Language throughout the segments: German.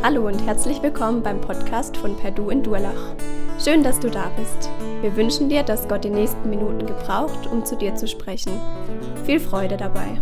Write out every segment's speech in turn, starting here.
Hallo und herzlich willkommen beim Podcast von Perdu in Durlach. Schön, dass du da bist. Wir wünschen dir, dass Gott die nächsten Minuten gebraucht, um zu dir zu sprechen. Viel Freude dabei.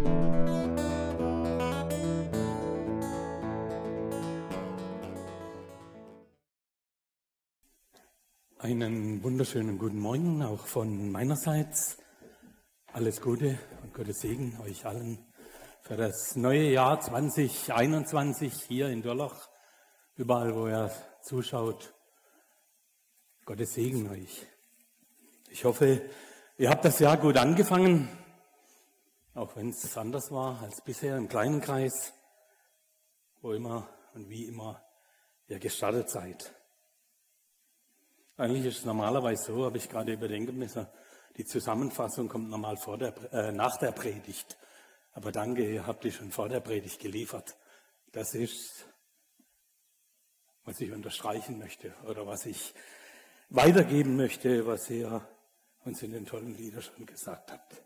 Einen wunderschönen guten Morgen auch von meinerseits. Alles Gute und Gottes Segen euch allen für das neue Jahr 2021 hier in Durlach. Überall, wo ihr zuschaut, Gottes Segen euch. Ich hoffe, ihr habt das Jahr gut angefangen, auch wenn es anders war als bisher im kleinen Kreis, wo immer und wie immer ihr gestartet seid. Eigentlich ist es normalerweise so, habe ich gerade überdenken müssen, die Zusammenfassung kommt normal nach der Predigt. Aber danke, ihr habt die schon vor der Predigt geliefert. Das ist, was ich unterstreichen möchte oder was ich weitergeben möchte, was ihr uns in den tollen Liedern schon gesagt habt.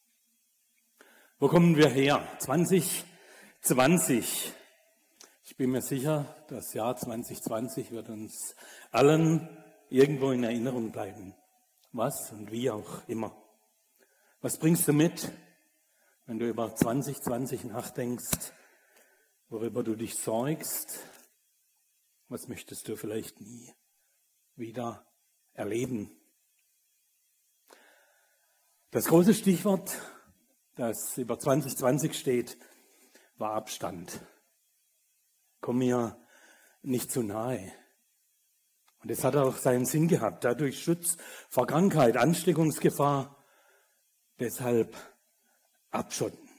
Wo kommen wir her? 2020. Ich bin mir sicher, das Jahr 2020 wird uns allen irgendwo in Erinnerung bleiben. Was und wie auch immer. Was bringst du mit, wenn du über 2020 nachdenkst, worüber du dich sorgst? Was möchtest du vielleicht nie wieder erleben? Das große Stichwort, das über 2020 steht, war Abstand. Komm mir nicht zu nahe. Und es hat auch seinen Sinn gehabt, dadurch Schutz vor Krankheit, Ansteckungsgefahr, deshalb abschotten.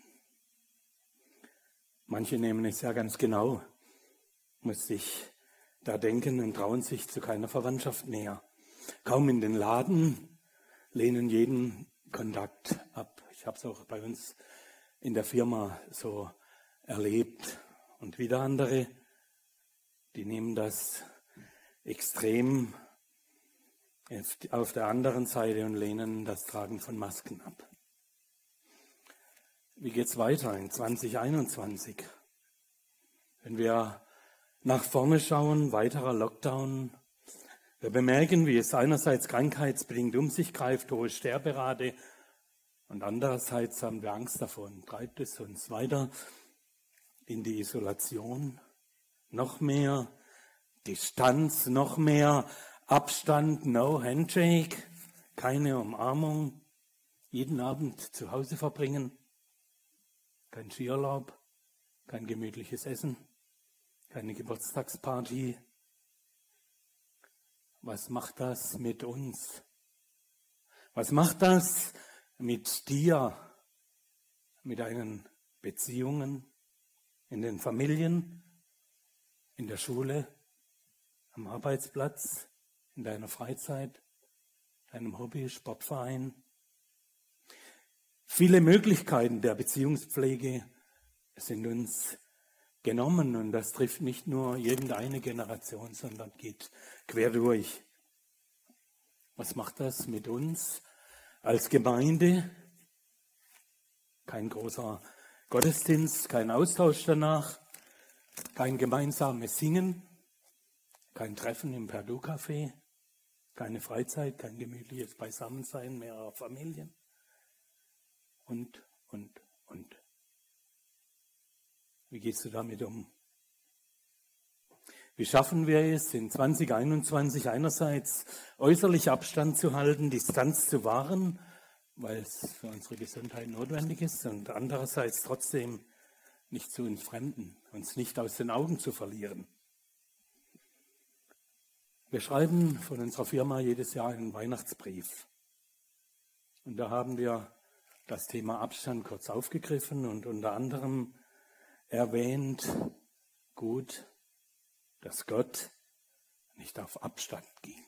Manche nehmen es ja ganz genau, muss ich da denken und trauen sich zu keiner Verwandtschaft näher. Kaum in den Laden, lehnen jeden Kontakt ab. Ich habe es auch bei uns in der Firma so erlebt. Und wieder andere, die nehmen das extrem auf der anderen Seite und lehnen das Tragen von Masken ab. Wie geht's weiter in 2021? Wenn wir nach vorne schauen, weiterer Lockdown, wir bemerken, wie es einerseits krankheitsbedingt um sich greift, hohe Sterberate, und andererseits haben wir Angst davor und treibt es uns weiter in die Isolation, noch mehr Distanz, noch mehr Abstand, no Handshake, keine Umarmung, jeden Abend zu Hause verbringen, kein Skiurlaub, kein gemütliches Essen, keine Geburtstagsparty. Was macht das mit uns? Was macht das mit dir, mit deinen Beziehungen, in den Familien, in der Schule, am Arbeitsplatz, in deiner Freizeit, deinem Hobby, Sportverein? Viele Möglichkeiten der Beziehungspflege sind uns genommen und das trifft nicht nur irgendeine Generation, sondern geht quer durch. Was macht das mit uns als Gemeinde? Kein großer Gottesdienst, kein Austausch danach, kein gemeinsames Singen, kein Treffen im Perdu-Café, keine Freizeit, kein gemütliches Beisammensein mehrerer Familien und. Wie gehst du damit um? Wie schaffen wir es, in 2021 einerseits äußerlich Abstand zu halten, Distanz zu wahren, weil es für unsere Gesundheit notwendig ist, und andererseits trotzdem nicht zu entfremden, uns nicht aus den Augen zu verlieren? Wir schreiben von unserer Firma jedes Jahr einen Weihnachtsbrief. Und da haben wir das Thema Abstand kurz aufgegriffen und unter anderem erwähnt, gut, dass Gott nicht auf Abstand ging,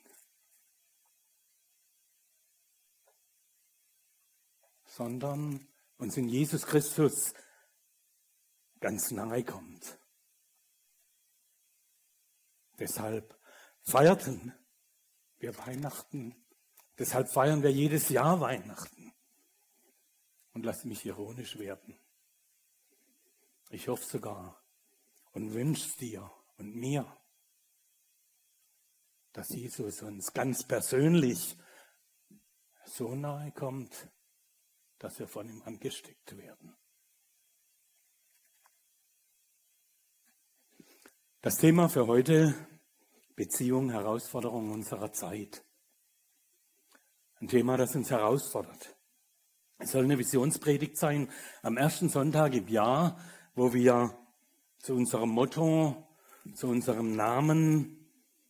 sondern uns in Jesus Christus ganz nahe kommt. Deshalb feierten wir Weihnachten, deshalb feiern wir jedes Jahr Weihnachten. Und lass mich ironisch werden. Ich hoffe sogar und wünsche dir und mir, dass Jesus uns ganz persönlich so nahe kommt, dass wir von ihm angesteckt werden. Das Thema für heute: Beziehung, Herausforderung unserer Zeit. Ein Thema, das uns herausfordert. Es soll eine Visionspredigt sein am ersten Sonntag im Jahr, wo wir zu unserem Motto, zu unserem Namen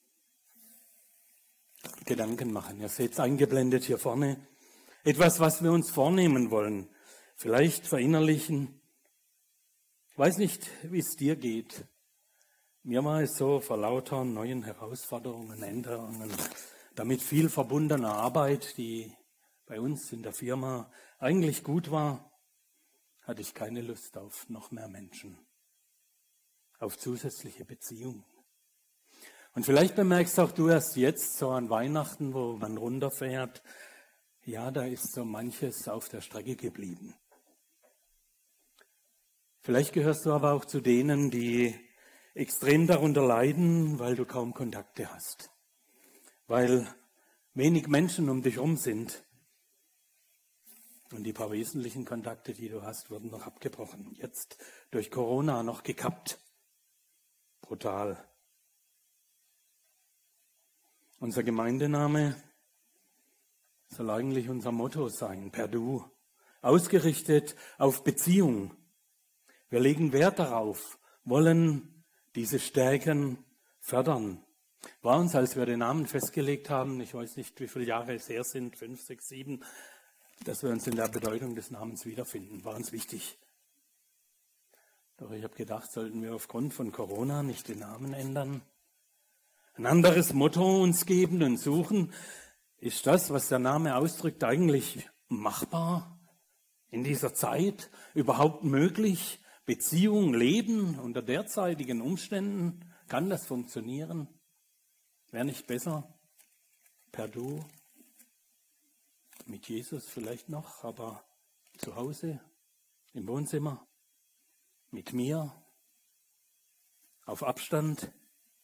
Gedanken machen. Ihr seht es eingeblendet hier vorne. Etwas, was wir uns vornehmen wollen. Vielleicht verinnerlichen. Ich weiß nicht, wie es dir geht. Mir war es so, vor lauter neuen Herausforderungen, Änderungen, damit viel verbundener Arbeit, die bei uns in der Firma eigentlich gut war, hatte ich keine Lust auf noch mehr Menschen, auf zusätzliche Beziehungen. Und vielleicht bemerkst auch du erst jetzt, so an Weihnachten, wo man runterfährt, ja, da ist so manches auf der Strecke geblieben. Vielleicht gehörst du aber auch zu denen, die extrem darunter leiden, weil du kaum Kontakte hast, weil wenig Menschen um dich herum sind und die paar wesentlichen Kontakte, die du hast, wurden noch abgebrochen. Jetzt durch Corona noch gekappt. Brutal. Unser Gemeindename soll eigentlich unser Motto sein, per Du, ausgerichtet auf Beziehung. Wir legen Wert darauf, wollen diese Stärken fördern. War uns, als wir den Namen festgelegt haben, ich weiß nicht, wie viele Jahre es her sind, 5, 6, 7, dass wir uns in der Bedeutung des Namens wiederfinden, war uns wichtig. Doch ich habe gedacht, sollten wir aufgrund von Corona nicht den Namen ändern? Ein anderes Motto uns geben und suchen? Ist das, was der Name ausdrückt, eigentlich machbar in dieser Zeit? Überhaupt möglich? Beziehung, Leben unter derzeitigen Umständen? Kann das funktionieren? Wäre nicht besser per Du? Mit Jesus vielleicht noch, aber zu Hause, im Wohnzimmer, mit mir, auf Abstand?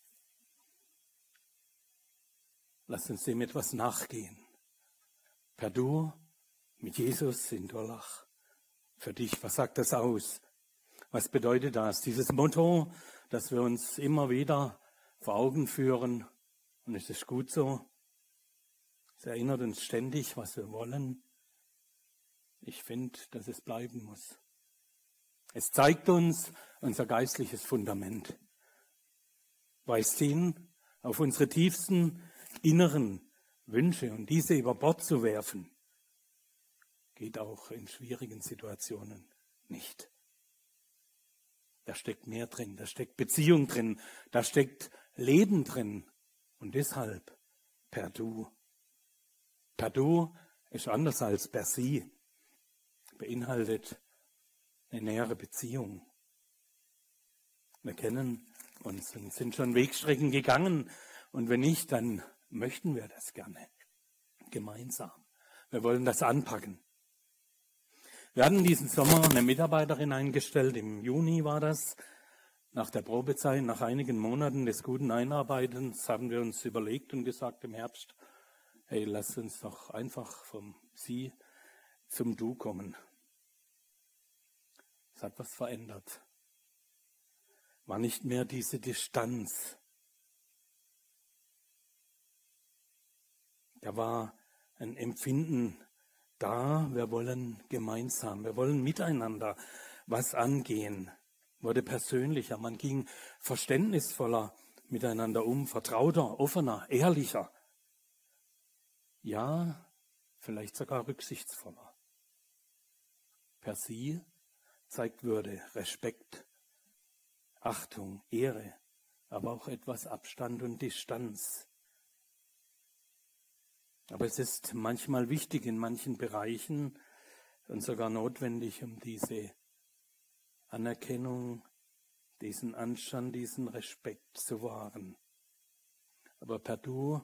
Lass uns dem etwas nachgehen. Per Du, mit Jesus in Durlach. Für dich, was sagt das aus? Was bedeutet das? Dieses Motto, das wir uns immer wieder vor Augen führen, und es ist gut so. Es erinnert uns ständig, was wir wollen. Ich finde, dass es bleiben muss. Es zeigt uns unser geistliches Fundament. Weist hin auf unsere tiefsten inneren Wünsche, und diese über Bord zu werfen, geht auch in schwierigen Situationen nicht. Da steckt mehr drin, da steckt Beziehung drin, da steckt Leben drin. Und deshalb per Du. Per Du ist anders als per Sie. Beinhaltet eine nähere Beziehung. Wir kennen uns und sind schon Wegstrecken gegangen. Und wenn nicht, dann möchten wir das gerne. Gemeinsam. Wir wollen das anpacken. Wir hatten diesen Sommer eine Mitarbeiterin eingestellt, im Juni war das. Nach der Probezeit, nach einigen Monaten des guten Einarbeitens, haben wir uns überlegt und gesagt im Herbst, hey, lass uns doch einfach vom Sie zum Du kommen. Es hat was verändert. War nicht mehr diese Distanz. Da war ein Empfinden da, wir wollen gemeinsam, wir wollen miteinander was angehen. Wurde persönlicher, man ging verständnisvoller miteinander um, vertrauter, offener, ehrlicher. Ja, vielleicht sogar rücksichtsvoller. Per Sie zeigt Würde, Respekt, Achtung, Ehre, aber auch etwas Abstand und Distanz. Aber es ist manchmal wichtig in manchen Bereichen und sogar notwendig, um diese Anerkennung, diesen Anstand, diesen Respekt zu wahren. Aber per Du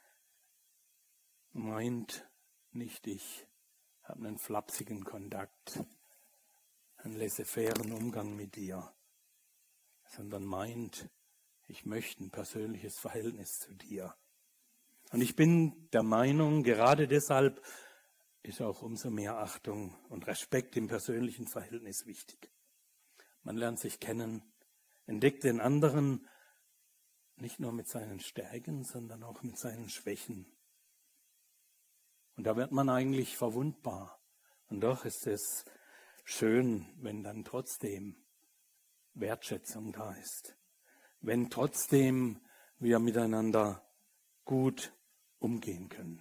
meint nicht, ich habe einen flapsigen Kontakt, einen laissez-fairen Umgang mit dir, sondern meint, Ich möchte ein persönliches Verhältnis zu dir. Und ich bin der Meinung, gerade deshalb ist auch umso mehr Achtung und Respekt im persönlichen Verhältnis wichtig. Man lernt sich kennen, entdeckt den anderen nicht nur mit seinen Stärken, sondern auch mit seinen Schwächen. Und da wird man eigentlich verwundbar. Und doch ist es schön, wenn dann trotzdem Wertschätzung da ist. Wenn trotzdem wir miteinander gut umgehen können.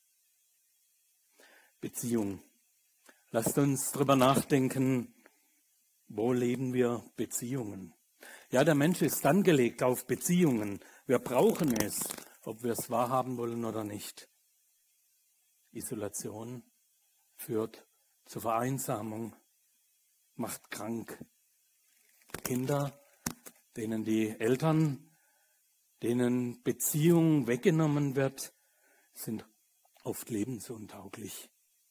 Beziehung. Lasst uns drüber nachdenken, wo leben wir Beziehungen? Ja, der Mensch ist angelegt auf Beziehungen. Wir brauchen es, ob wir es wahrhaben wollen oder nicht. Isolation führt zur Vereinsamung, macht krank. Kinder, denen die Eltern, denen Beziehung weggenommen wird, sind oft lebensuntauglich.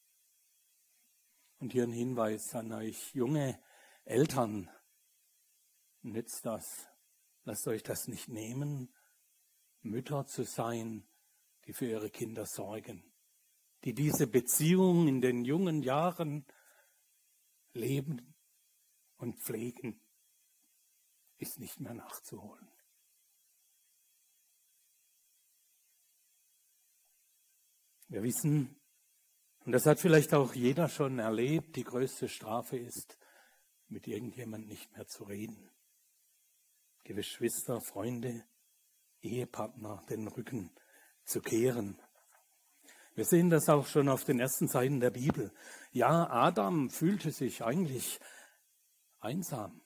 Und hier ein Hinweis an euch junge Eltern. Nützt das. Lasst euch das nicht nehmen, Mütter zu sein, die für ihre Kinder sorgen, die diese Beziehung in den jungen Jahren leben und pflegen, ist nicht mehr nachzuholen. Wir wissen, und das hat vielleicht auch jeder schon erlebt, die größte Strafe ist, mit irgendjemand nicht mehr zu reden. Geschwister, Freunde, Ehepartner den Rücken zu kehren. Wir sehen das auch schon auf den ersten Seiten der Bibel. Ja, Adam fühlte sich eigentlich einsam,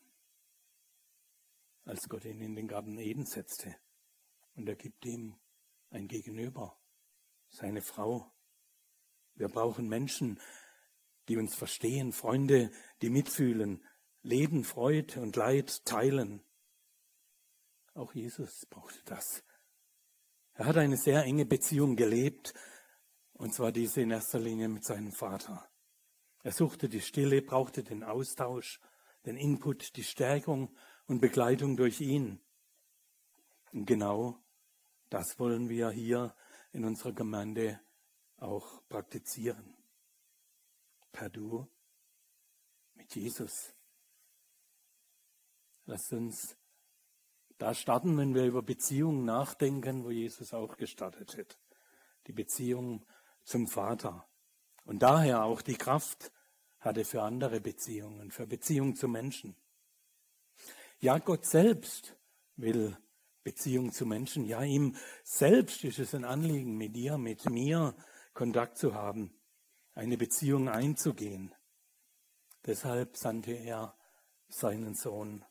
als Gott ihn in den Garten Eden setzte. Und er gibt ihm ein Gegenüber, seine Frau. Wir brauchen Menschen, die uns verstehen, Freunde, die mitfühlen, Leben, Freude und Leid teilen. Auch Jesus brauchte das. Er hat eine sehr enge Beziehung gelebt, und zwar diese in erster Linie mit seinem Vater. Er suchte die Stille, brauchte den Austausch, den Input, die Stärkung und Begleitung durch ihn. Und genau das wollen wir hier in unserer Gemeinde auch praktizieren. Per Du mit Jesus. Lasst uns da starten, wenn wir über Beziehungen nachdenken, wo Jesus auch gestartet hat. Die Beziehung zum Vater. Und daher auch die Kraft hatte für andere Beziehungen, für Beziehungen zu Menschen. Ja, Gott selbst will Beziehung zu Menschen. Ja, ihm selbst ist es ein Anliegen, mit dir, mit mir Kontakt zu haben, eine Beziehung einzugehen. Deshalb sandte er seinen Sohn.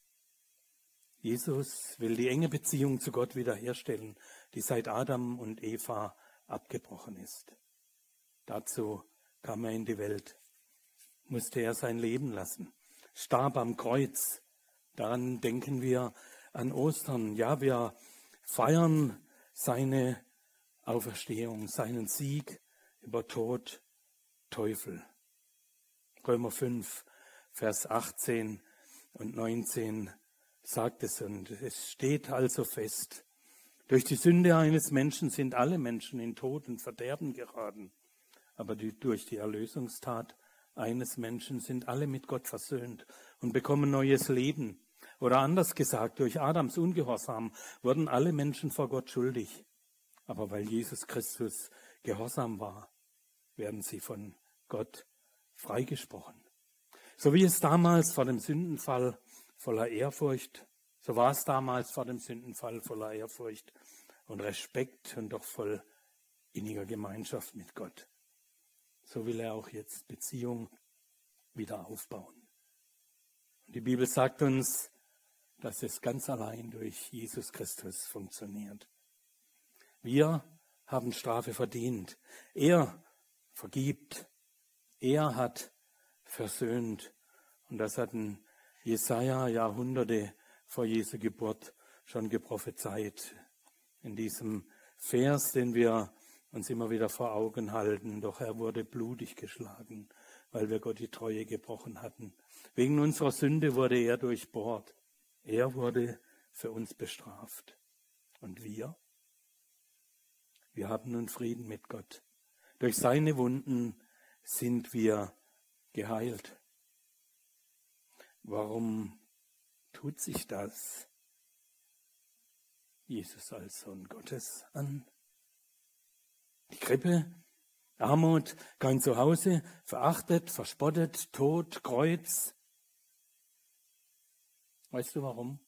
Jesus will die enge Beziehung zu Gott wiederherstellen, die seit Adam und Eva abgebrochen ist. Dazu kam er in die Welt, musste er sein Leben lassen, starb am Kreuz. Daran denken wir an Ostern. Ja, wir feiern seine Auferstehung, seinen Sieg über Tod, Teufel. Römer 5, Vers 18 und 19 sagt es, und es steht also fest: Durch die Sünde eines Menschen sind alle Menschen in Tod und Verderben geraten, aber durch die Erlösungstat eines Menschen sind alle mit Gott versöhnt und bekommen neues Leben. Oder anders gesagt, durch Adams Ungehorsam wurden alle Menschen vor Gott schuldig. Aber weil Jesus Christus gehorsam war, werden sie von Gott freigesprochen. So wie es damals vor dem Sündenfall voller Ehrfurcht, so war es damals vor dem Sündenfall voller Ehrfurcht und Respekt und doch voll inniger Gemeinschaft mit Gott. So will er auch jetzt Beziehung wieder aufbauen. Und die Bibel sagt uns, dass es ganz allein durch Jesus Christus funktioniert. Wir haben Strafe verdient. Er vergibt. Er hat versöhnt. Und das hatten Jesaja Jahrhunderte vor Jesu Geburt schon geprophezeit. In diesem Vers, den wir uns immer wieder vor Augen halten. Doch er wurde blutig geschlagen, weil wir Gott die Treue gebrochen hatten. Wegen unserer Sünde wurde er durchbohrt. Er wurde für uns bestraft. Und wir haben nun Frieden mit Gott. Durch seine Wunden sind wir geheilt. Warum tut sich das Jesus als Sohn Gottes an? Die Krippe, Armut, kein Zuhause, verachtet, verspottet, Tod, Kreuz. Weißt du warum?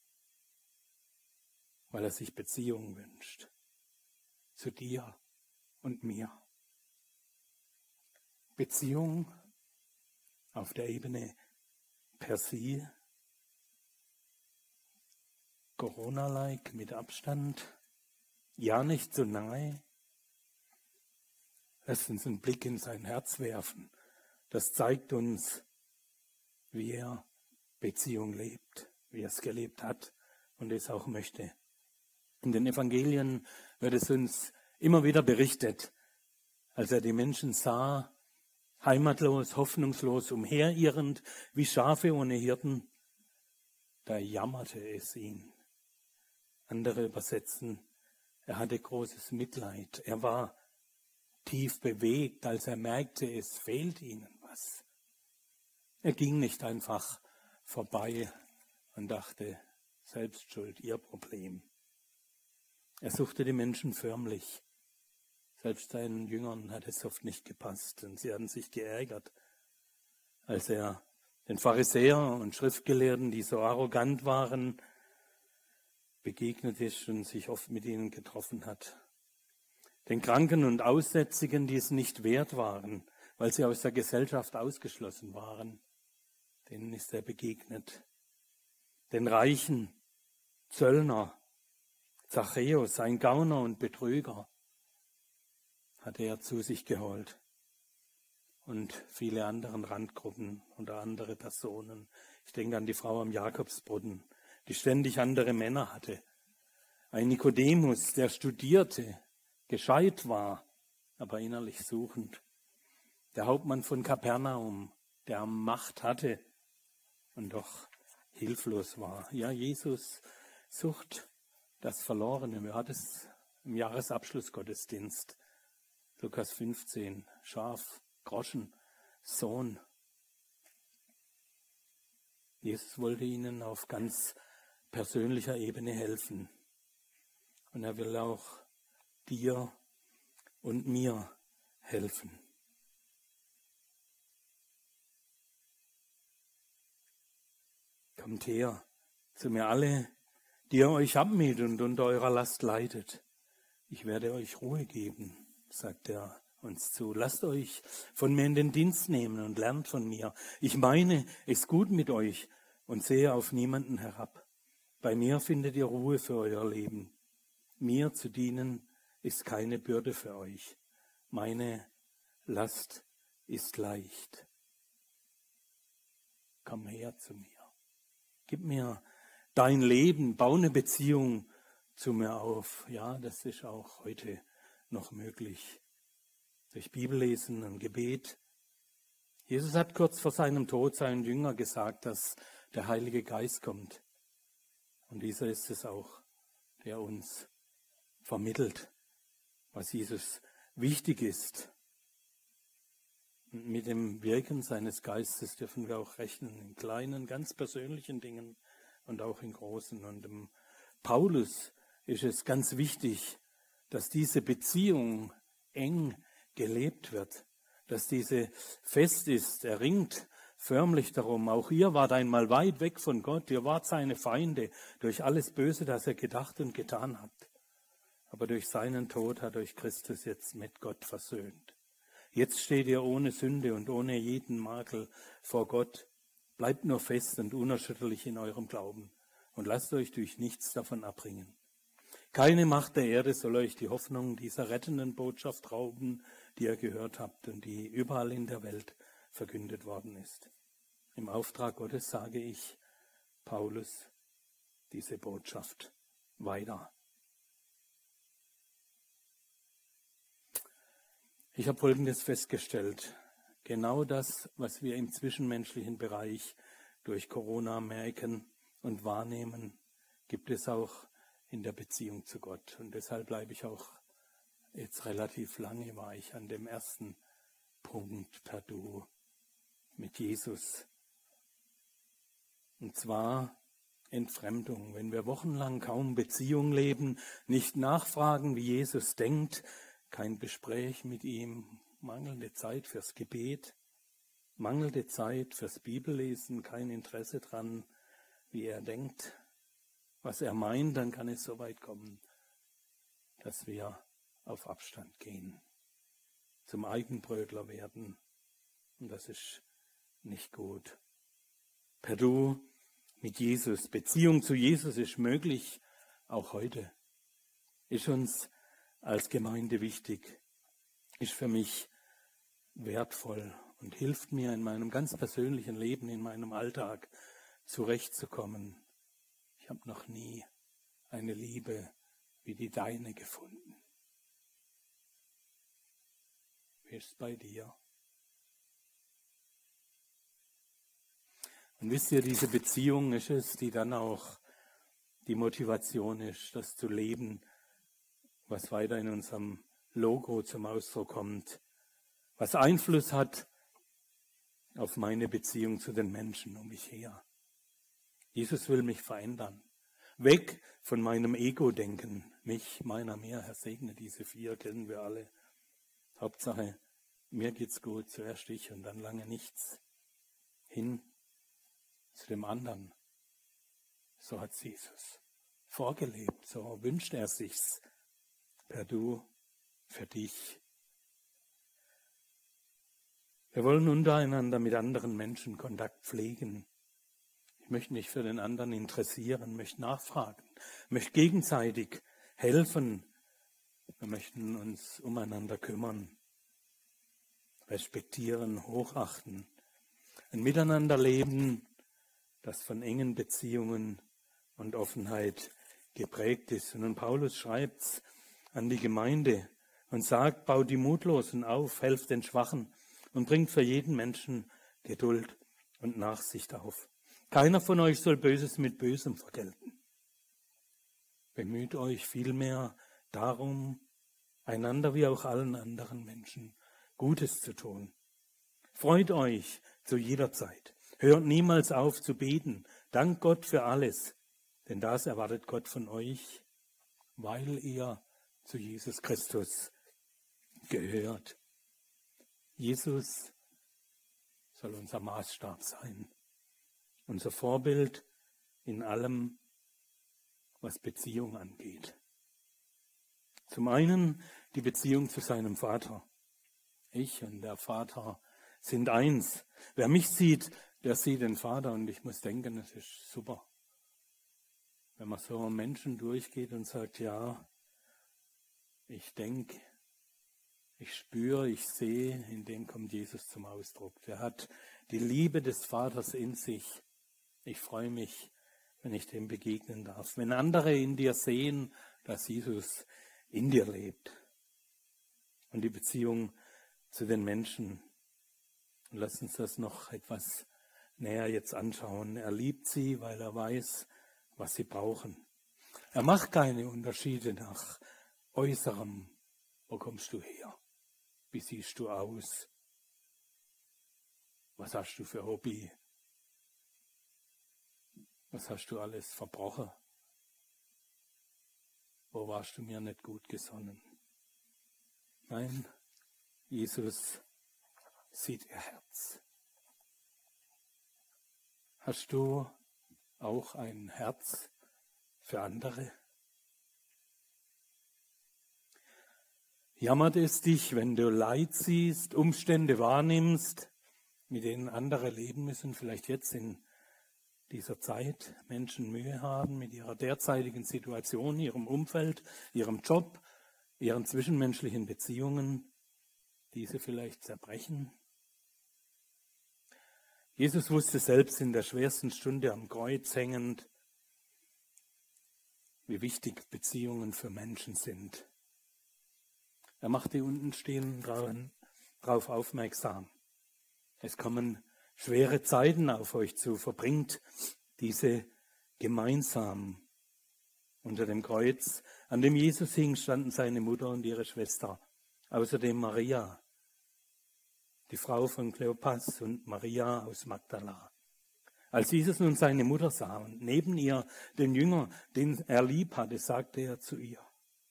Weil er sich Beziehung wünscht. Zu dir und mir. Beziehung auf der Ebene per se, Corona-like mit Abstand, ja nicht so nahe. Lass uns einen Blick in sein Herz werfen. Das zeigt uns, wie er Beziehung lebt, wie er es gelebt hat und es auch möchte. In den Evangelien wird es uns immer wieder berichtet, als er die Menschen sah, heimatlos, hoffnungslos, umherirrend, wie Schafe ohne Hirten, da jammerte es ihn. Andere übersetzen, er hatte großes Mitleid. Er war tief bewegt, als er merkte, es fehlt ihnen was. Er ging nicht einfach vorbei und dachte, Selbstschuld, ihr Problem. Er suchte die Menschen förmlich. Selbst seinen Jüngern hat es oft nicht gepasst und sie hatten sich geärgert, als er den Pharisäern und Schriftgelehrten, die so arrogant waren, begegnet ist und sich oft mit ihnen getroffen hat. Den Kranken und Aussätzigen, die es nicht wert waren, weil sie aus der Gesellschaft ausgeschlossen waren, denen ist er begegnet. Den Reichen, Zöllner, Zachäus, ein Gauner und Betrüger, hatte er zu sich geholt. Und viele andere Randgruppen oder andere Personen. Ich denke an die Frau am Jakobsbrunnen, die ständig andere Männer hatte. Ein Nikodemus, der studierte, gescheit war, aber innerlich suchend. Der Hauptmann von Kapernaum, der Macht hatte und doch hilflos war. Ja, Jesus sucht das Verlorene. Wir hatten es im Jahresabschlussgottesdienst. Lukas 15, Schaf, Groschen, Sohn. Jesus wollte ihnen auf ganz persönlicher Ebene helfen. Und er will auch dir und mir helfen. Kommt her zu mir alle, die ihr euch abmüht und unter eurer Last leidet. Ich werde euch Ruhe geben, sagt er uns zu. Lasst euch von mir in den Dienst nehmen und lernt von mir. Ich meine es gut mit euch und sehe auf niemanden herab. Bei mir findet ihr Ruhe für euer Leben. Mir zu dienen ist keine Bürde für euch. Meine Last ist leicht. Komm her zu mir. Gib mir dein Leben, bau eine Beziehung zu mir auf. Ja, das ist auch heute noch möglich. Durch Bibellesen und Gebet. Jesus hat kurz vor seinem Tod seinen Jüngern gesagt, dass der Heilige Geist kommt. Und dieser ist es auch, der uns vermittelt, was Jesus wichtig ist. Und mit dem Wirken seines Geistes dürfen wir auch rechnen, in kleinen, ganz persönlichen Dingen und auch in großen. Und dem Paulus ist es ganz wichtig, dass diese Beziehung eng gelebt wird, dass diese fest ist. Er ringt förmlich darum. Auch ihr wart einmal weit weg von Gott. Ihr wart seine Feinde durch alles Böse, das er gedacht und getan hat. Aber durch seinen Tod hat euch Christus jetzt mit Gott versöhnt. Jetzt steht ihr ohne Sünde und ohne jeden Makel vor Gott. Bleibt nur fest und unerschütterlich in eurem Glauben und lasst euch durch nichts davon abbringen. Keine Macht der Erde soll euch die Hoffnung dieser rettenden Botschaft rauben, die ihr gehört habt und die überall in der Welt verkündet worden ist. Im Auftrag Gottes sage ich, Paulus, diese Botschaft weiter. Ich habe Folgendes festgestellt. Genau das, was wir im zwischenmenschlichen Bereich durch Corona merken und wahrnehmen, gibt es auch in der Beziehung zu Gott. Und deshalb bleibe ich auch jetzt relativ lange, war ich an dem ersten Punkt per Du mit Jesus. Und zwar Entfremdung. Wenn wir wochenlang kaum Beziehung leben, nicht nachfragen, wie Jesus denkt, kein Gespräch mit ihm, mangelnde Zeit fürs Gebet, mangelnde Zeit fürs Bibellesen, kein Interesse dran, wie er denkt, was er meint, dann kann es so weit kommen, dass wir auf Abstand gehen, zum Eigenbrötler werden. Und das ist nicht gut. Per Du mit Jesus. Beziehung zu Jesus ist möglich, auch heute. Ist uns als Gemeinde wichtig, ist für mich wertvoll und hilft mir in meinem ganz persönlichen Leben, in meinem Alltag zurechtzukommen. Ich habe noch nie eine Liebe wie die deine gefunden. Wie ist es bei dir? Und wisst ihr, diese Beziehung ist es, die dann auch die Motivation ist, das zu leben, was weiter in unserem Logo zum Ausdruck kommt, was Einfluss hat auf meine Beziehung zu den Menschen um mich her. Jesus will mich verändern. Weg von meinem Ego-Denken. Mich, meiner, mir. Herr segne diese 4, kennen wir alle. Hauptsache, mir geht's gut, zuerst ich und dann lange nichts. Hin zu dem anderen. So hat Jesus vorgelebt, so wünscht er sich's. Per Du, für dich. Wir wollen untereinander mit anderen Menschen Kontakt pflegen. Ich möchte mich für den anderen interessieren, möchte nachfragen, möchte gegenseitig helfen. Wir möchten uns umeinander kümmern, respektieren, hochachten, ein Miteinanderleben, das von engen Beziehungen und Offenheit geprägt ist. Und Paulus schreibt an die Gemeinde und sagt, baut die Mutlosen auf, helft den Schwachen und bringt für jeden Menschen Geduld und Nachsicht auf. Keiner von euch soll Böses mit Bösem vergelten. Bemüht euch vielmehr darum, einander wie auch allen anderen Menschen Gutes zu tun. Freut euch zu jeder Zeit. Hört niemals auf zu beten. Dankt Gott für alles, denn das erwartet Gott von euch, weil ihr zu Jesus Christus gehört. Jesus soll unser Maßstab sein, unser Vorbild in allem, was Beziehung angeht. Zum einen die Beziehung zu seinem Vater. Ich und der Vater sind eins. Wer mich sieht, der sieht den Vater und ich muss denken, es ist super. Wenn man so einen Menschen durchgeht und sagt, ja, ich denke, ich spüre, ich sehe, in dem kommt Jesus zum Ausdruck. Der hat die Liebe des Vaters in sich. Ich freue mich, wenn ich dem begegnen darf. Wenn andere in dir sehen, dass Jesus in dir lebt. Und die Beziehung zu den Menschen. Und lass uns das noch etwas näher jetzt anschauen. Er liebt sie, weil er weiß, was sie brauchen. Er macht keine Unterschiede nach Äußerem. Wo kommst du her? Wie siehst du aus? Was hast du für Hobby? Was hast du alles verbrochen? Wo warst du mir nicht gut gesonnen? Nein, Jesus sieht ihr Herz. Hast du auch ein Herz für andere? Jammert es dich, wenn du Leid siehst, Umstände wahrnimmst, mit denen andere leben müssen, vielleicht jetzt in dieser Zeit Menschen Mühe haben mit ihrer derzeitigen Situation, ihrem Umfeld, ihrem Job, ihren zwischenmenschlichen Beziehungen, diese vielleicht zerbrechen? Jesus wusste selbst in der schwersten Stunde am Kreuz hängend, wie wichtig Beziehungen für Menschen sind. Er macht die Untenstehenden darauf aufmerksam. Es kommen schwere Zeiten auf euch zu. Verbringt diese gemeinsam. Unter dem Kreuz, an dem Jesus hing, standen seine Mutter und ihre Schwester. Außerdem Maria, die Frau von Kleopas, und Maria aus Magdala. Als Jesus nun seine Mutter sah und neben ihr den Jünger, den er lieb hatte, sagte er zu ihr: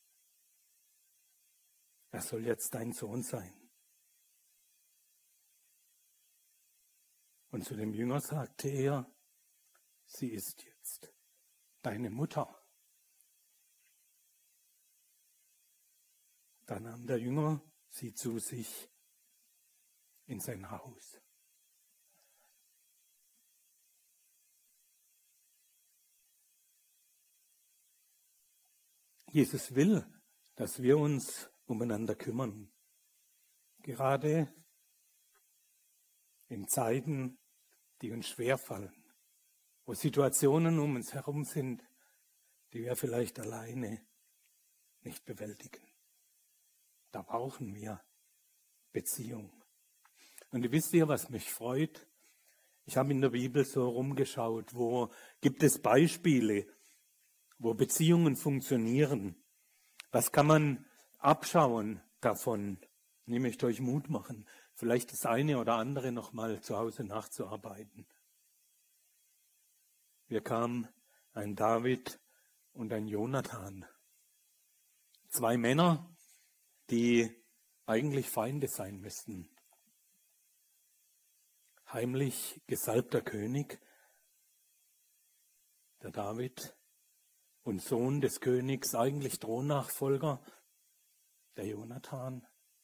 Er soll jetzt dein Sohn sein. Und zu dem Jünger sagte er: Sie ist jetzt deine Mutter. Da nahm der Jünger sie zu sich in sein Haus. Jesus will, dass wir uns umeinander kümmern. Gerade in Zeiten, die uns schwerfallen, wo Situationen um uns herum sind, die wir vielleicht alleine nicht bewältigen. Da brauchen wir Beziehung. Und wisst ihr, was mich freut? Ich habe in der Bibel so rumgeschaut, wo gibt es Beispiele, wo Beziehungen funktionieren. Was kann man abschauen davon? Ich möchte euch Mut machen, vielleicht das eine oder andere noch mal zu Hause nachzuarbeiten. Wir kamen ein David und ein Jonathan. 2 Männer, die eigentlich Feinde sein müssten. Heimlich gesalbter König, der David, und Sohn des Königs, eigentlich Thronnachfolger, der Jonathan.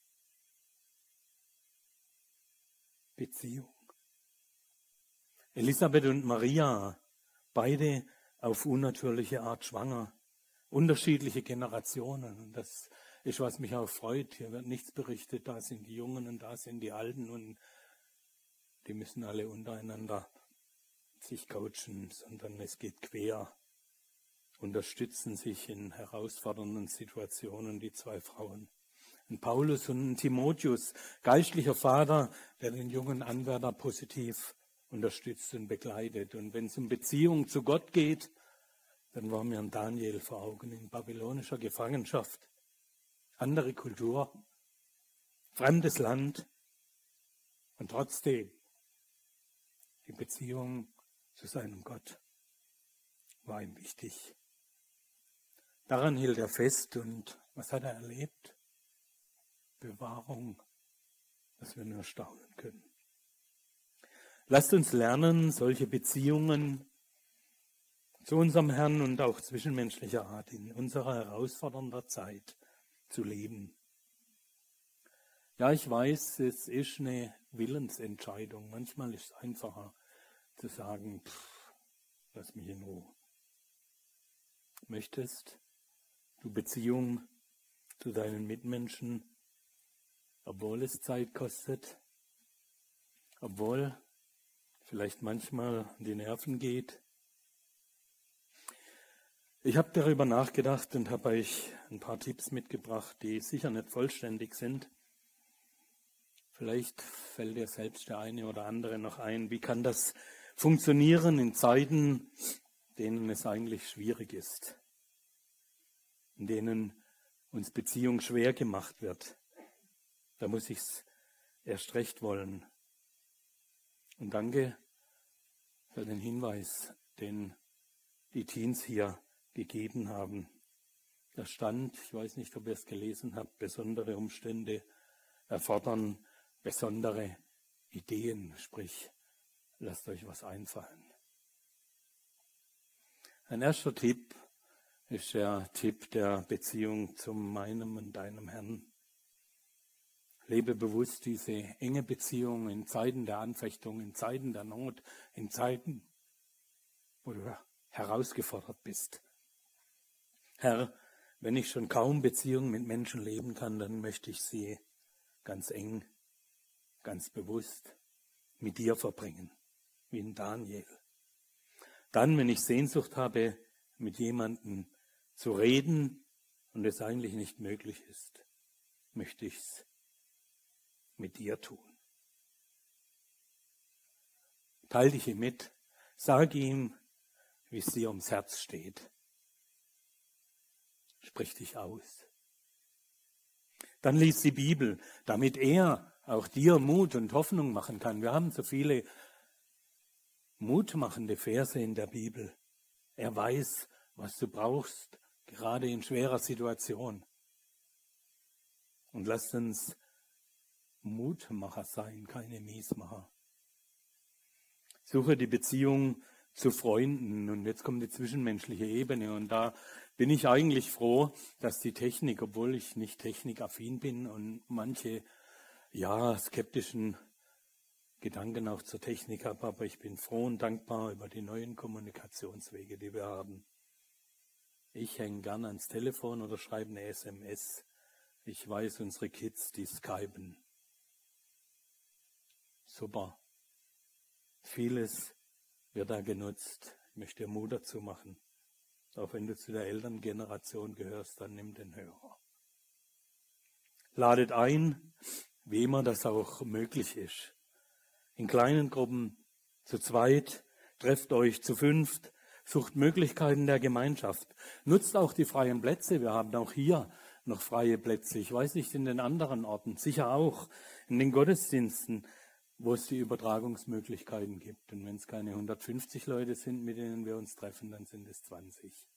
Beziehung. Elisabeth und Maria, beide auf unnatürliche Art schwanger. Unterschiedliche Generationen. Und das ist, was mich auch freut. Hier wird nichts berichtet, da sind die Jungen und da sind die Alten und die müssen alle untereinander sich coachen, sondern es geht quer. Unterstützen sich in herausfordernden Situationen die 2 Frauen. Ein Paulus und ein Timotheus, geistlicher Vater, der den jungen Anwärter positiv unterstützt und begleitet. Und wenn es um Beziehung zu Gott geht, dann war mir ein Daniel vor Augen in babylonischer Gefangenschaft. Andere Kultur, fremdes Land und trotzdem die Beziehung zu seinem Gott war ihm wichtig. Daran hielt er fest und was hat er erlebt? Bewahrung, dass wir nur staunen können. Lasst uns lernen, solche Beziehungen zu unserem Herrn und auch zwischenmenschlicher Art in unserer herausfordernden Zeit zu leben. Ja, ich weiß, es ist eine Willensentscheidung. Manchmal ist es einfacher zu sagen, lass mich in Ruhe. Möchtest du Beziehung zu deinen Mitmenschen, obwohl es Zeit kostet, obwohl vielleicht manchmal die Nerven geht? Ich habe darüber nachgedacht und habe euch ein paar Tipps mitgebracht, die sicher nicht vollständig sind. Vielleicht fällt dir selbst der eine oder andere noch ein. Wie kann das funktionieren in Zeiten, denen es eigentlich schwierig ist, in denen uns Beziehung schwer gemacht wird? Da muss ich es erst recht wollen. Und danke für den Hinweis, den die Teens hier gegeben haben. Da stand, ich weiß nicht, ob ihr es gelesen habt, besondere Umstände erfordern besondere Ideen, sprich, lasst euch was einfallen. Ein erster Tipp ist der Tipp der Beziehung zu meinem und deinem Herrn. Lebe bewusst diese enge Beziehung in Zeiten der Anfechtung, in Zeiten der Not, in Zeiten, wo du herausgefordert bist. Herr, wenn ich schon kaum Beziehungen mit Menschen leben kann, dann möchte ich sie ganz eng, ganz bewusst mit dir verbringen, wie in Daniel. Dann, wenn ich Sehnsucht habe, mit jemandem zu reden und es eigentlich nicht möglich ist, möchte ich es mit dir tun. Teil dich ihm mit, sag ihm, wie es dir ums Herz steht. sprich dich aus. Dann lies die Bibel, damit er auch dir Mut und Hoffnung machen kann. Wir haben so viele mutmachende Verse in der Bibel. Er weiß, was du brauchst, gerade in schwerer Situation. Und lasst uns Mutmacher sein, keine Miesmacher. Suche die Beziehung zu Freunden. Und jetzt kommt die zwischenmenschliche Ebene. Und da bin ich eigentlich froh, dass die Technik, obwohl ich nicht technikaffin bin und manche skeptischen Gedanken auch zur Technik habe, aber ich bin froh und dankbar über die neuen Kommunikationswege, die wir haben. Ich hänge gern ans Telefon oder schreibe eine SMS. Ich weiß, unsere Kids, die skypen. Super. Vieles wird da genutzt. Ich möchte dir Mut dazu machen. Auch wenn du zu der Elterngeneration gehörst, dann nimm den Hörer. Ladet ein, wie immer das auch möglich ist. In kleinen Gruppen, zu zweit, trefft euch zu fünft, sucht Möglichkeiten der Gemeinschaft. Nutzt auch die freien Plätze. Wir haben auch hier noch freie Plätze. Ich weiß nicht, in den anderen Orten, sicher auch in den Gottesdiensten, wo es die Übertragungsmöglichkeiten gibt. Und wenn es keine 150 Leute sind, mit denen wir uns treffen, dann sind es 20.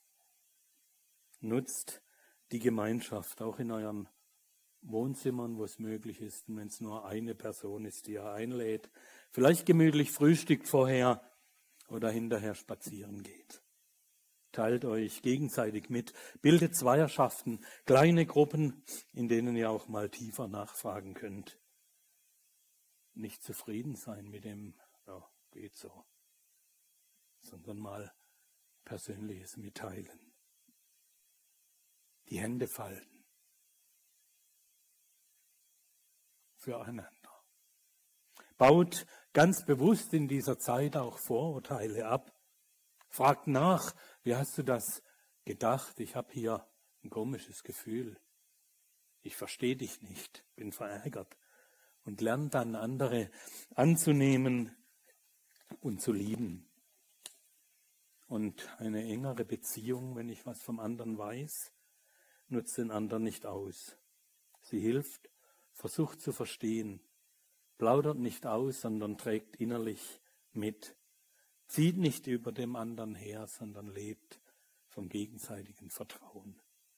Nutzt die Gemeinschaft, auch in euren Wohnzimmern, wo es möglich ist. Und wenn es nur eine Person ist, die ihr einlädt, vielleicht gemütlich frühstückt vorher oder hinterher spazieren geht. Teilt euch gegenseitig mit, bildet Zweierschaften, kleine Gruppen, in denen ihr auch mal tiefer nachfragen könnt. Nicht zufrieden sein mit dem, ja, geht so, sondern mal Persönliches mitteilen. Die Hände falten füreinander. Baut ganz bewusst in dieser Zeit auch Vorurteile ab. Fragt nach, wie hast du das gedacht? Ich habe hier ein komisches Gefühl. Ich verstehe dich nicht, bin verärgert. Und lernt dann andere anzunehmen und zu lieben. Und eine engere Beziehung, wenn ich was vom anderen weiß, nutzt den anderen nicht aus. Sie hilft, versucht zu verstehen, plaudert nicht aus, sondern trägt innerlich mit, zieht nicht über dem anderen her, sondern lebt vom gegenseitigen Vertrauen.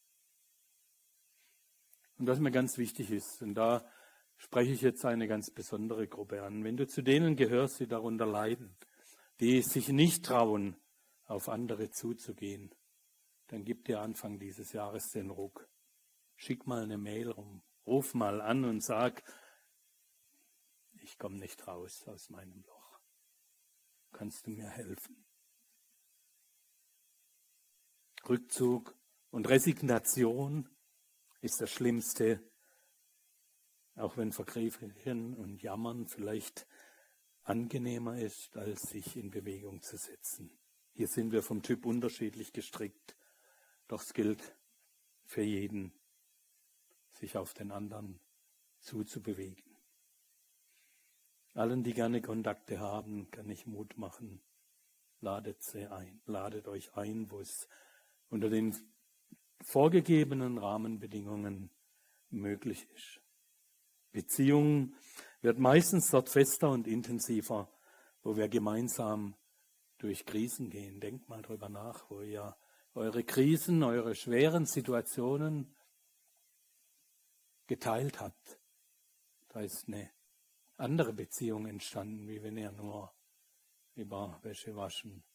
Und was mir ganz wichtig ist, und da spreche ich jetzt eine ganz besondere Gruppe an. Wenn du zu denen gehörst, die darunter leiden, die sich nicht trauen, auf andere zuzugehen, dann gib dir Anfang dieses Jahres den Ruck. Schick mal eine Mail rum, ruf mal an und sag, ich komme nicht raus aus meinem Loch. Kannst du mir helfen? Rückzug und Resignation ist das Schlimmste, auch wenn Vergräfchen und Jammern vielleicht angenehmer ist, als sich in Bewegung zu setzen. Hier sind wir vom Typ unterschiedlich gestrickt, doch es gilt für jeden, sich auf den anderen zuzubewegen. Allen, die gerne Kontakte haben, kann ich Mut machen. Ladet euch ein, wo es unter den vorgegebenen Rahmenbedingungen möglich ist. Beziehung wird meistens dort fester und intensiver, wo wir gemeinsam durch Krisen gehen. Denkt mal drüber nach, wo ihr eure Krisen, eure schweren Situationen geteilt habt. Da ist eine andere Beziehung entstanden, wie wenn ihr nur über Wäsche waschen,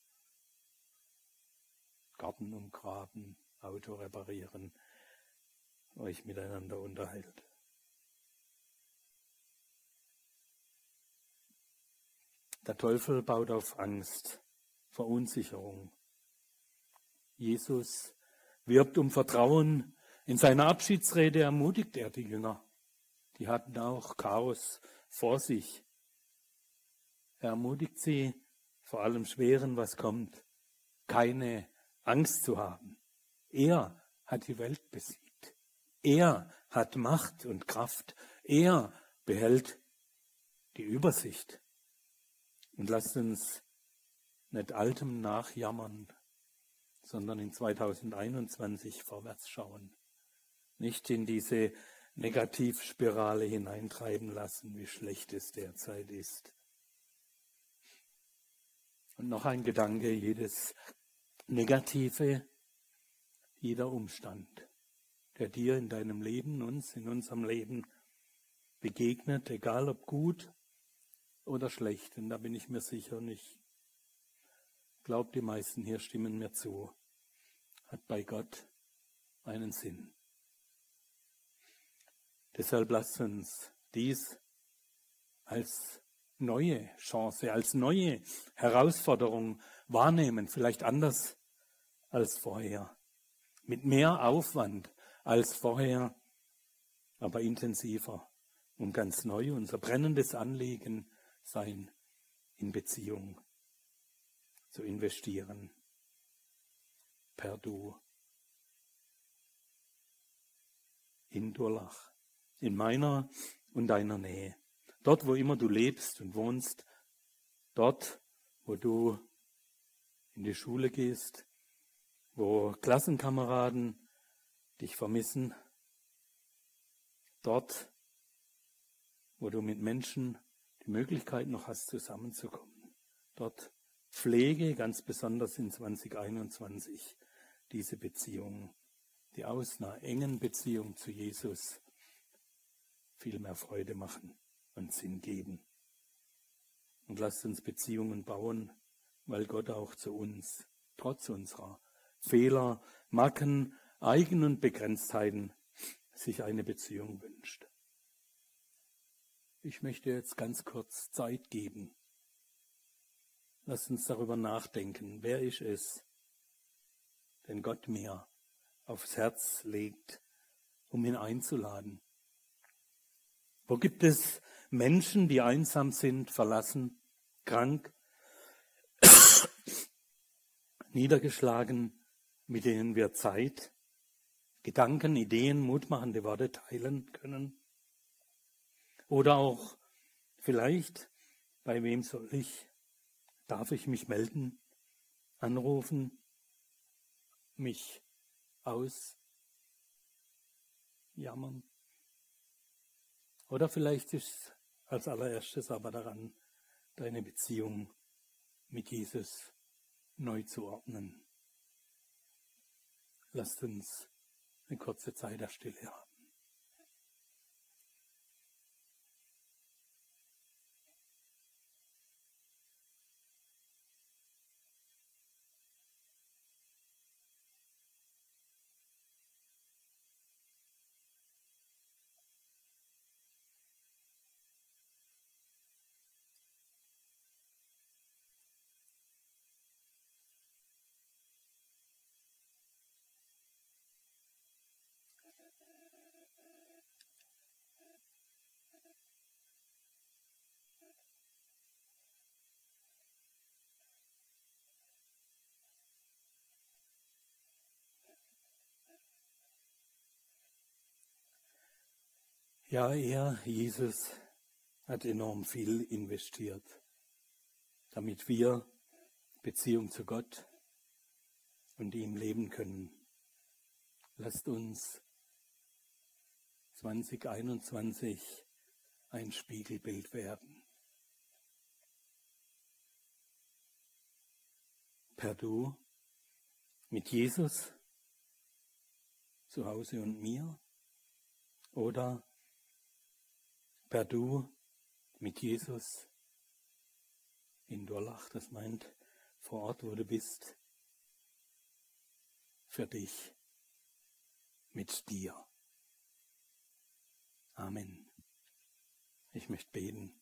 Garten umgraben, Auto reparieren, euch miteinander unterhält. Der Teufel baut auf Angst, Verunsicherung. Jesus wirbt um Vertrauen. In seiner Abschiedsrede ermutigt er die Jünger. Die hatten auch Chaos vor sich. Er ermutigt sie, vor allem Schweren, was kommt, keine Angst zu haben. Er hat die Welt besiegt. Er hat Macht und Kraft. Er behält die Übersicht. Und lasst uns nicht Altem nachjammern, sondern in 2021 vorwärts schauen. Nicht in diese Negativspirale hineintreiben lassen, wie schlecht es derzeit ist. Und noch ein Gedanke, jedes Negative, jeder Umstand, der dir in deinem Leben, uns in unserem Leben begegnet, egal ob gut oder schlecht, und da bin ich mir sicher, und ich glaube, die meisten hier stimmen mir zu, hat bei Gott einen Sinn. Deshalb lasst uns dies als neue Chance, als neue Herausforderung wahrnehmen, vielleicht anders als vorher, mit mehr Aufwand als vorher, aber intensiver und ganz neu unser brennendes Anliegen sein, in Beziehung zu investieren, per Du, in Durlach, in meiner und deiner Nähe. Dort, wo immer du lebst und wohnst, dort, wo du in die Schule gehst, wo Klassenkameraden dich vermissen, dort, wo du mit Menschen die Möglichkeit noch hast, zusammenzukommen. Dort pflege ganz besonders in 2021 diese Beziehung, die aus einer engen Beziehung zu Jesus viel mehr Freude machen und Sinn geben. Und lasst uns Beziehungen bauen, weil Gott auch zu uns, trotz unserer Fehler, Macken, Eigen- und Begrenztheiten, sich eine Beziehung wünscht. Ich möchte jetzt ganz kurz Zeit geben. Lasst uns darüber nachdenken, wer ist es, den Gott mir aufs Herz legt, um ihn einzuladen. Wo gibt es Menschen, die einsam sind, verlassen, krank, niedergeschlagen, mit denen wir Zeit, Gedanken, Ideen, mutmachende Worte teilen können? Oder auch vielleicht, bei wem darf ich mich melden, anrufen, mich ausjammern? Oder vielleicht ist als allererstes aber daran, deine Beziehung mit Jesus neu zu ordnen. Lasst uns eine kurze Zeit der Stille haben. Ja, Jesus, hat enorm viel investiert, damit wir Beziehung zu Gott und ihm leben können. Lasst uns 2021 ein Spiegelbild werden. Per Du, mit Jesus, zu Hause und mir, oder per Du, mit Jesus, in Durlach, das meint vor Ort, wo du bist, für dich, mit dir. Amen. Ich möchte beten.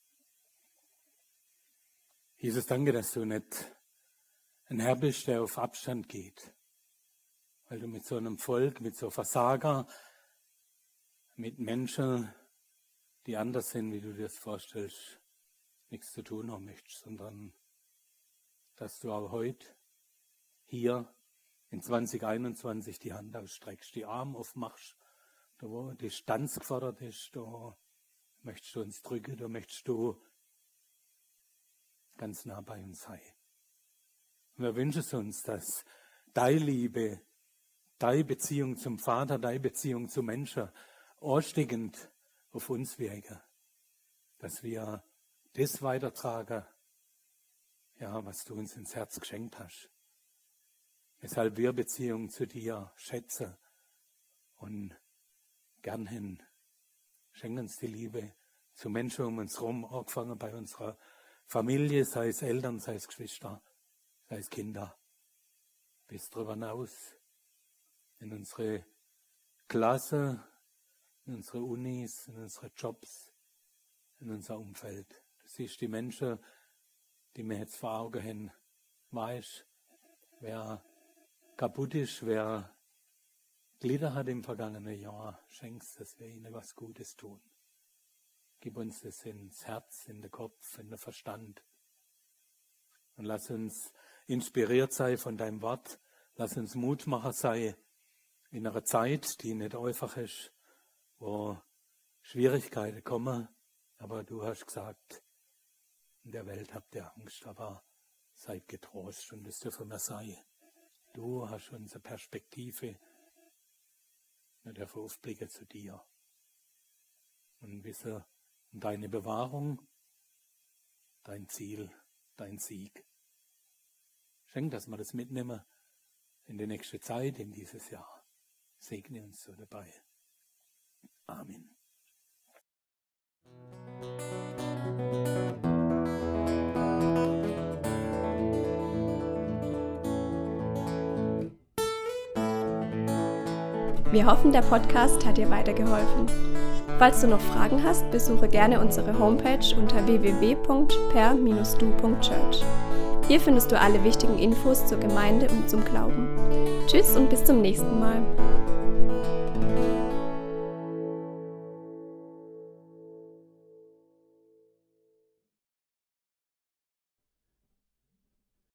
Jesus, danke, dass du nicht ein Herr bist, der auf Abstand geht, weil du mit so einem Volk, mit so Versager, mit Menschen, die anders sind, wie du dir das vorstellst, nichts zu tun haben möchtest, sondern dass du auch heute hier in 2021 die Hand ausstreckst, die Arme aufmachst, da wo die Stanz gefordert ist, da möchtest du uns drücken, da möchtest du ganz nah bei uns sein. Und wir wünschen uns, dass deine Liebe, deine Beziehung zum Vater, deine Beziehung zu Menschen ansteckend auf uns wirken. Dass wir das weitertragen, ja, was du uns ins Herz geschenkt hast. Weshalb wir Beziehung zu dir schätzen und gern hin. Schenk uns die Liebe zu Menschen um uns herum, angefangen bei unserer Familie, sei es Eltern, sei es Geschwister, sei es Kinder. Bis darüber hinaus in unsere Klasse, in unsere Unis, in unsere Jobs, in unser Umfeld. Du siehst die Menschen, die mir jetzt vor Augen haben, weißt, wer kaputt ist, wer Glieder hat im vergangenen Jahr, schenkst, dass wir ihnen was Gutes tun. Gib uns das ins Herz, in den Kopf, in den Verstand. Und lass uns inspiriert sein von deinem Wort. Lass uns Mutmacher sein in einer Zeit, die nicht einfach ist, wo Schwierigkeiten kommen. Aber du hast gesagt, in der Welt habt ihr Angst, aber seid getrost und das dürfen wir sein. Du hast unsere Perspektive. Wir dürfen aufblicken zu dir und wissen um deine Bewahrung, dein Ziel, dein Sieg. Schenk, dass wir das mitnehmen in die nächste Zeit, in dieses Jahr. Segne uns so dabei. Amen. Wir hoffen, der Podcast hat dir weitergeholfen. Falls du noch Fragen hast, besuche gerne unsere Homepage unter www.per-du.church. Hier findest du alle wichtigen Infos zur Gemeinde und zum Glauben. Tschüss und bis zum nächsten Mal.